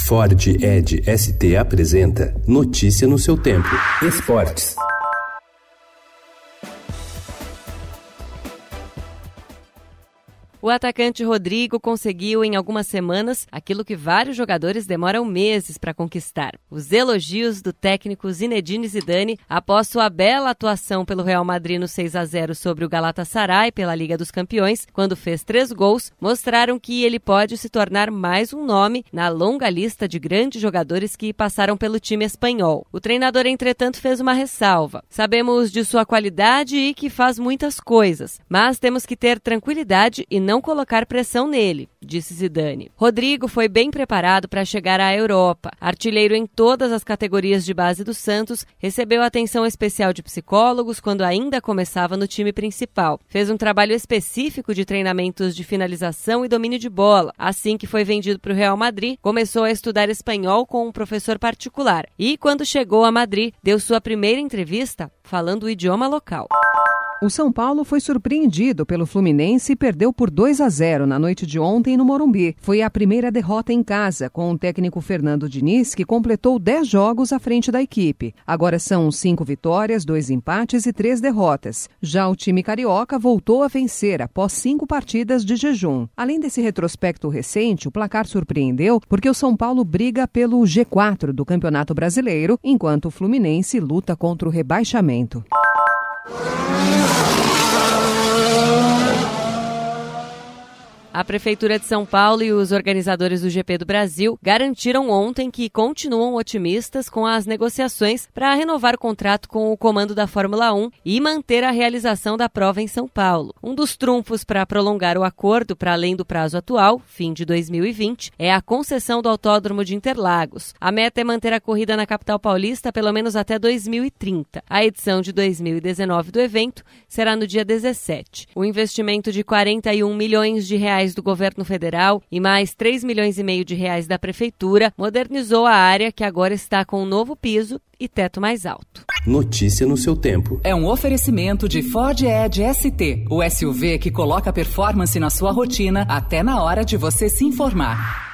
Ford Edge ST apresenta Notícia no seu tempo. Esportes. O atacante Rodrigo conseguiu em algumas semanas aquilo que vários jogadores demoram meses para conquistar. Os elogios do técnico Zinedine Zidane após sua bela atuação pelo Real Madrid no 6-0 sobre o Galatasaray pela Liga dos Campeões, quando fez 3 gols, mostraram que ele pode se tornar mais um nome na longa lista de grandes jogadores que passaram pelo time espanhol. O treinador, entretanto, fez uma ressalva. Sabemos de sua qualidade e que faz muitas coisas, mas temos que ter tranquilidade e não colocar pressão nele, disse Zidane. Rodrigo foi bem preparado para chegar à Europa. Artilheiro em todas as categorias de base do Santos, recebeu atenção especial de psicólogos quando ainda começava no time principal. Fez um trabalho específico de treinamentos de finalização e domínio de bola. Assim que foi vendido para o Real Madrid, começou a estudar espanhol com um professor particular. E quando chegou a Madrid, deu sua primeira entrevista falando o idioma local. O São Paulo foi surpreendido pelo Fluminense e perdeu por 2-0 na noite de ontem no Morumbi. Foi a primeira derrota em casa, com o técnico Fernando Diniz, que completou 10 jogos à frente da equipe. Agora são 5 vitórias, 2 empates e 3 derrotas. Já o time carioca voltou a vencer após 5 partidas de jejum. Além desse retrospecto recente, o placar surpreendeu porque o São Paulo briga pelo G4 do Campeonato Brasileiro, enquanto o Fluminense luta contra o rebaixamento. A Prefeitura de São Paulo e os organizadores do GP do Brasil garantiram ontem que continuam otimistas com as negociações para renovar o contrato com o comando da Fórmula 1 e manter a realização da prova em São Paulo. Um dos trunfos para prolongar o acordo para além do prazo atual, fim de 2020, é a concessão do Autódromo de Interlagos. A meta é manter a corrida na capital paulista pelo menos até 2030. A edição de 2019 do evento será no dia 17. O investimento de 41 milhões de reais do governo federal e mais 3 milhões e meio de reais da prefeitura modernizou a área, que agora está com um novo piso e teto mais alto. Notícia no seu tempo. É um oferecimento de Ford Edge ST, o SUV que coloca performance na sua rotina até na hora de você se informar.